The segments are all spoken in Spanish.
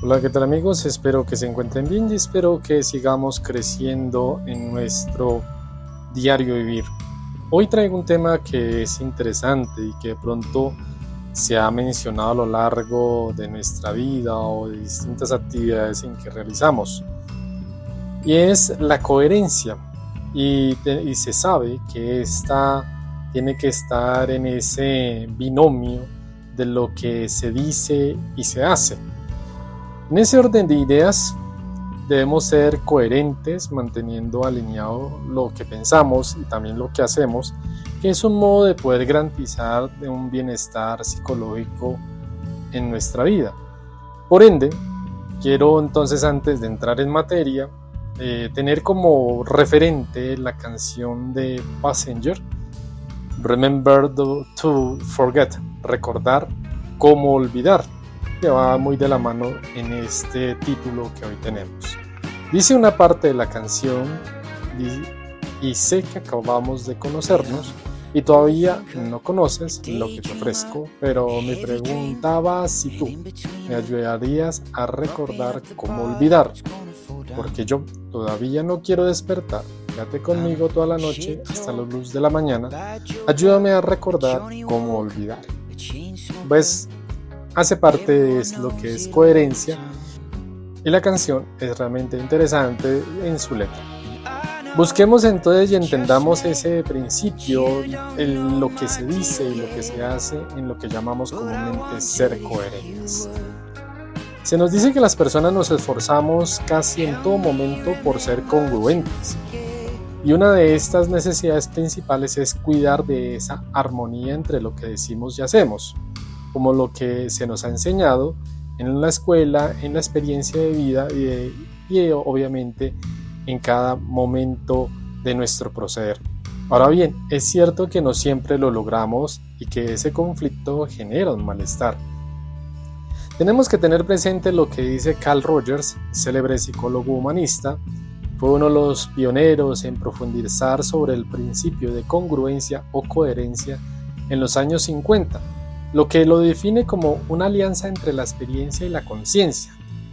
Hola, ¿qué tal amigos? Espero que se encuentren bien y espero que sigamos creciendo en nuestro diario vivir. Hoy traigo un tema que es interesante y que de pronto se ha mencionado a lo largo de nuestra vida o de distintas actividades en que realizamos. Y es la coherencia. Y se sabe que esta tiene que estar en ese binomio de lo que se dice y se hace. En ese orden de ideas, debemos ser coherentes, manteniendo alineado lo que pensamos y también lo que hacemos, que es un modo de poder garantizar un bienestar psicológico en nuestra vida. Por ende, quiero entonces, antes de entrar en materia, tener como referente la canción de Passenger, Remember to Forget, recordar cómo olvidar, que va muy de la mano en este título que hoy tenemos. Dice una parte de la canción, y sé que acabamos de conocernos y todavía no conoces lo que te ofrezco, pero me preguntaba si tú me ayudarías a recordar cómo olvidar, porque yo todavía no quiero despertar. Quédate conmigo toda la noche hasta la luz de la mañana. Ayúdame a recordar cómo olvidar. Pues hace parte de lo que es coherencia y la canción es realmente interesante en su letra. Busquemos entonces y entendamos ese principio en lo que se dice y lo que se hace en lo que llamamos comúnmente ser coherentes. Se nos dice que las personas nos esforzamos casi en todo momento por ser congruentes, y una de estas necesidades principales es cuidar de esa armonía entre lo que decimos y hacemos, como lo que se nos ha enseñado en la escuela, en la experiencia de vida y obviamente en cada momento de nuestro proceder. Ahora bien, es cierto que no siempre lo logramos y que ese conflicto genera un malestar. Tenemos que tener presente lo que dice Carl Rogers, célebre psicólogo humanista. Fue uno de los pioneros en profundizar sobre el principio de congruencia o coherencia en los años 50. Lo que lo define como una alianza entre la experiencia y la conciencia,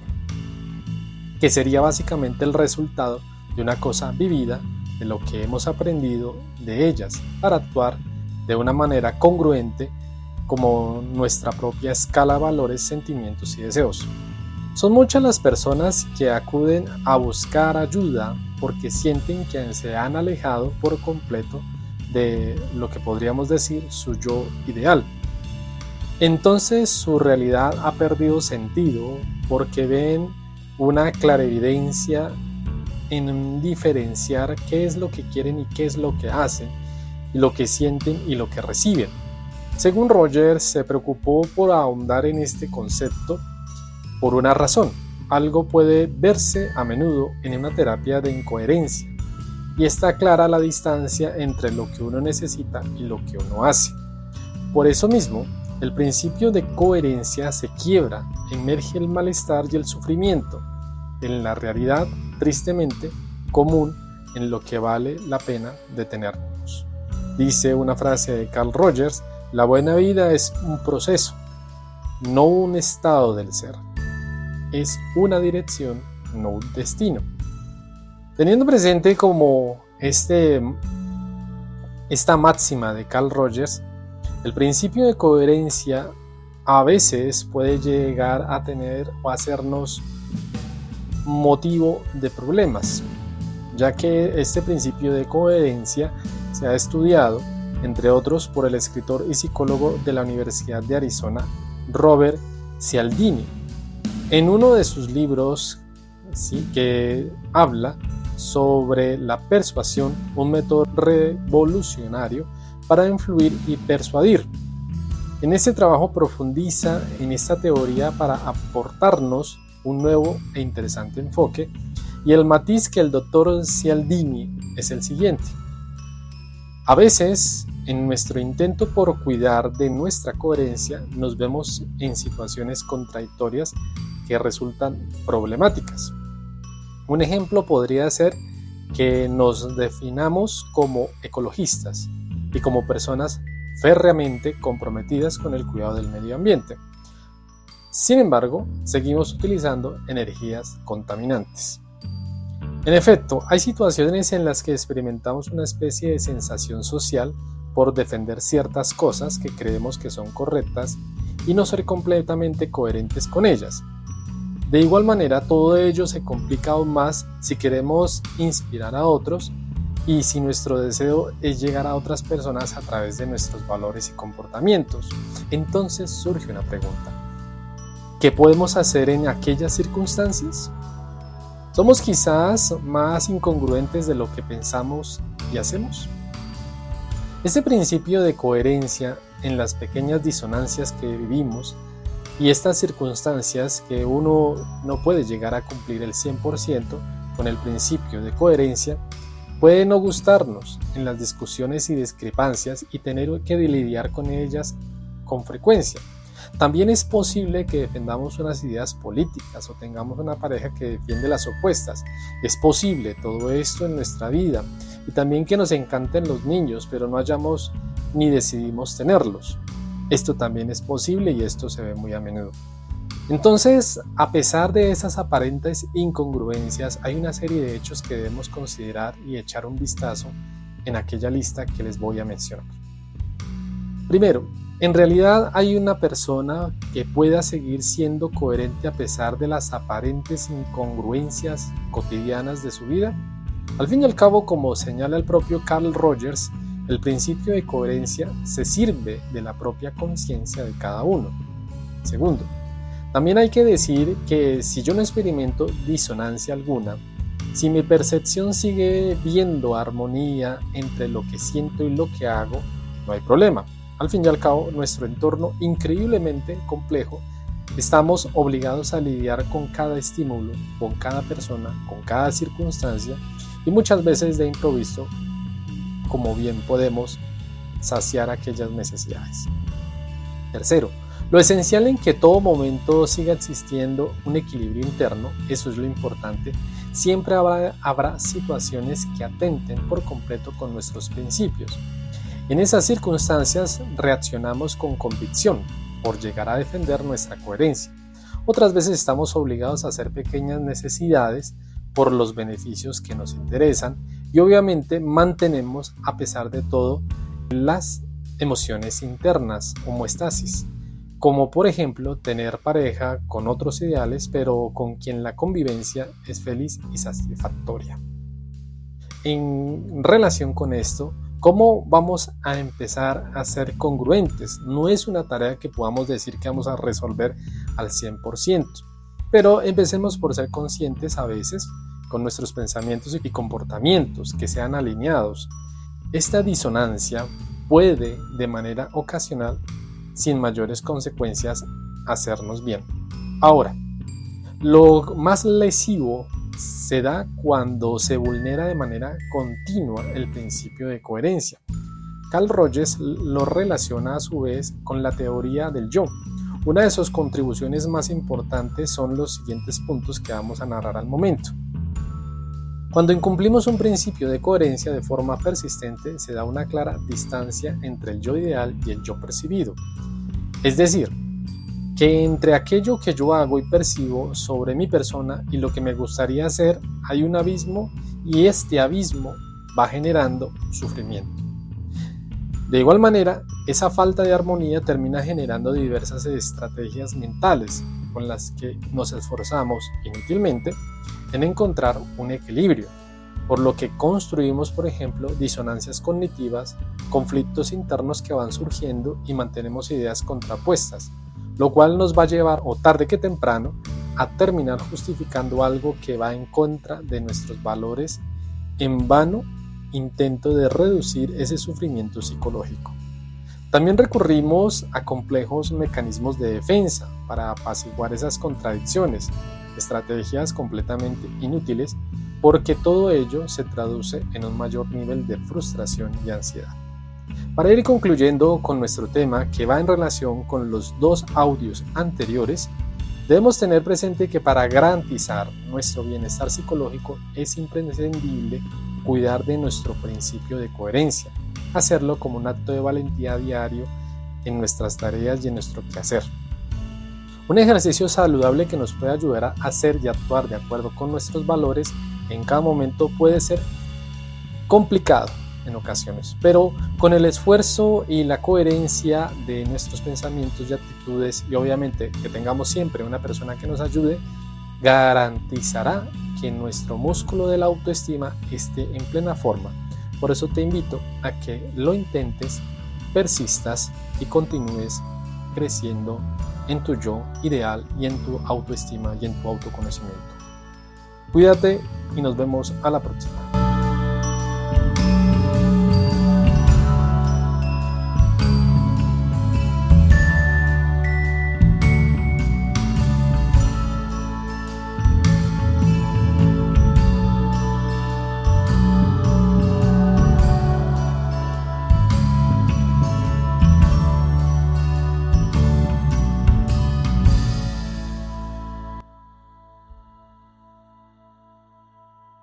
que sería básicamente el resultado de una cosa vivida, de lo que hemos aprendido de ellas, para actuar de una manera congruente como nuestra propia escala de valores, sentimientos y deseos. Son muchas las personas que acuden a buscar ayuda porque sienten que se han alejado por completo de lo que podríamos decir su yo ideal. Entonces su realidad ha perdido sentido porque ven una clarividencia en diferenciar qué es lo que quieren y qué es lo que hacen, y lo que sienten y lo que reciben. Según Rogers, se preocupó por ahondar en este concepto por una razón. Algo puede verse a menudo en una terapia de incoherencia, y está clara la distancia entre lo que uno necesita y lo que uno hace. Por eso mismo, el principio de coherencia se quiebra, emerge el malestar y el sufrimiento en la realidad, tristemente, común en lo que vale la pena detenernos. Dice una frase de Carl Rogers: la buena vida es un proceso, no un estado del ser. Es una dirección, no un destino. Teniendo presente como esta máxima de Carl Rogers, el principio de coherencia a veces puede llegar a tener o hacernos motivo de problemas, ya que este principio de coherencia se ha estudiado, entre otros, por el escritor y psicólogo de la Universidad de Arizona, Robert Cialdini. En uno de sus libros, que habla sobre la persuasión, un método revolucionario para influir y persuadir. En este trabajo profundiza en esta teoría para aportarnos un nuevo e interesante enfoque, y el matiz que el Dr. Cialdini es el siguiente. A veces, en nuestro intento por cuidar de nuestra coherencia, nos vemos en situaciones contradictorias que resultan problemáticas. Un ejemplo podría ser que nos definamos como ecologistas y como personas férreamente comprometidas con el cuidado del medio ambiente. Sin embargo, seguimos utilizando energías contaminantes. En efecto, hay situaciones en las que experimentamos una especie de sensación social por defender ciertas cosas que creemos que son correctas y no ser completamente coherentes con ellas. De igual manera, todo ello se complica aún más si queremos inspirar a otros y si nuestro deseo es llegar a otras personas a través de nuestros valores y comportamientos. Entonces surge una pregunta: ¿qué podemos hacer en aquellas circunstancias? ¿Somos quizás más incongruentes de lo que pensamos y hacemos? Este principio de coherencia en las pequeñas disonancias que vivimos y estas circunstancias que uno no puede llegar a cumplir el 100% con el principio de coherencia, puede no gustarnos en las discusiones y discrepancias y tener que lidiar con ellas con frecuencia. También es posible que defendamos unas ideas políticas o tengamos una pareja que defiende las opuestas. Es posible todo esto en nuestra vida, y también que nos encanten los niños, pero no hayamos ni decidimos tenerlos. Esto también es posible y esto se ve muy a menudo. Entonces, a pesar de esas aparentes incongruencias, hay una serie de hechos que debemos considerar y echar un vistazo en aquella lista que les voy a mencionar. Primero, ¿en realidad hay una persona que pueda seguir siendo coherente a pesar de las aparentes incongruencias cotidianas de su vida? Al fin y al cabo, como señala el propio Carl Rogers, el principio de coherencia se sirve de la propia conciencia de cada uno. Segundo, también hay que decir que si yo no experimento disonancia alguna, si mi percepción sigue viendo armonía entre lo que siento y lo que hago, no hay problema. Al fin y al cabo, nuestro entorno increíblemente complejo, estamos obligados a lidiar con cada estímulo, con cada persona, con cada circunstancia y muchas veces de improviso, como bien podemos saciar aquellas necesidades. Tercero, lo esencial en que todo momento siga existiendo un equilibrio interno, eso es lo importante. Siempre habrá situaciones que atenten por completo con nuestros principios. En esas circunstancias reaccionamos con convicción por llegar a defender nuestra coherencia. Otras veces estamos obligados a hacer pequeñas necesidades por los beneficios que nos interesan y obviamente mantenemos a pesar de todo las emociones internas, homeostasis, como por ejemplo tener pareja con otros ideales pero con quien la convivencia es feliz y satisfactoria. En relación con esto, ¿cómo vamos a empezar a ser congruentes? No es una tarea que podamos decir que vamos a resolver al 100%, pero empecemos por ser conscientes a veces con nuestros pensamientos y comportamientos que sean alineados. Esta disonancia puede de manera ocasional, sin mayores consecuencias, hacernos bien. Ahora, lo más lesivo se da cuando se vulnera de manera continua el principio de coherencia. Carl Rogers lo relaciona a su vez con la teoría del yo. Una de sus contribuciones más importantes son los siguientes puntos que vamos a narrar al momento. Cuando incumplimos un principio de coherencia de forma persistente, se da una clara distancia entre el yo ideal y el yo percibido. Es decir, que entre aquello que yo hago y percibo sobre mi persona y lo que me gustaría hacer hay un abismo, y este abismo va generando sufrimiento. De igual manera, esa falta de armonía termina generando diversas estrategias mentales con las que nos esforzamos inútilmente en encontrar un equilibrio, por lo que construimos, por ejemplo, disonancias cognitivas, conflictos internos que van surgiendo y mantenemos ideas contrapuestas, lo cual nos va a llevar, o tarde que temprano, a terminar justificando algo que va en contra de nuestros valores, en vano intento de reducir ese sufrimiento psicológico. También recurrimos a complejos mecanismos de defensa para apaciguar esas contradicciones, estrategias completamente inútiles, porque todo ello se traduce en un mayor nivel de frustración y ansiedad. Para ir concluyendo con nuestro tema, que va en relación con los dos audios anteriores, debemos tener presente que para garantizar nuestro bienestar psicológico es imprescindible cuidar de nuestro principio de coherencia, hacerlo como un acto de valentía diario en nuestras tareas y en nuestro quehacer. Un ejercicio saludable que nos puede ayudar a hacer y actuar de acuerdo con nuestros valores en cada momento puede ser complicado en ocasiones, pero con el esfuerzo y la coherencia de nuestros pensamientos y actitudes, y obviamente que tengamos siempre una persona que nos ayude, garantizará que nuestro músculo de la autoestima esté en plena forma. Por eso te invito a que lo intentes, persistas y continúes creciendo en tu yo ideal y en tu autoestima y en tu autoconocimiento. Cuídate y nos vemos a la próxima.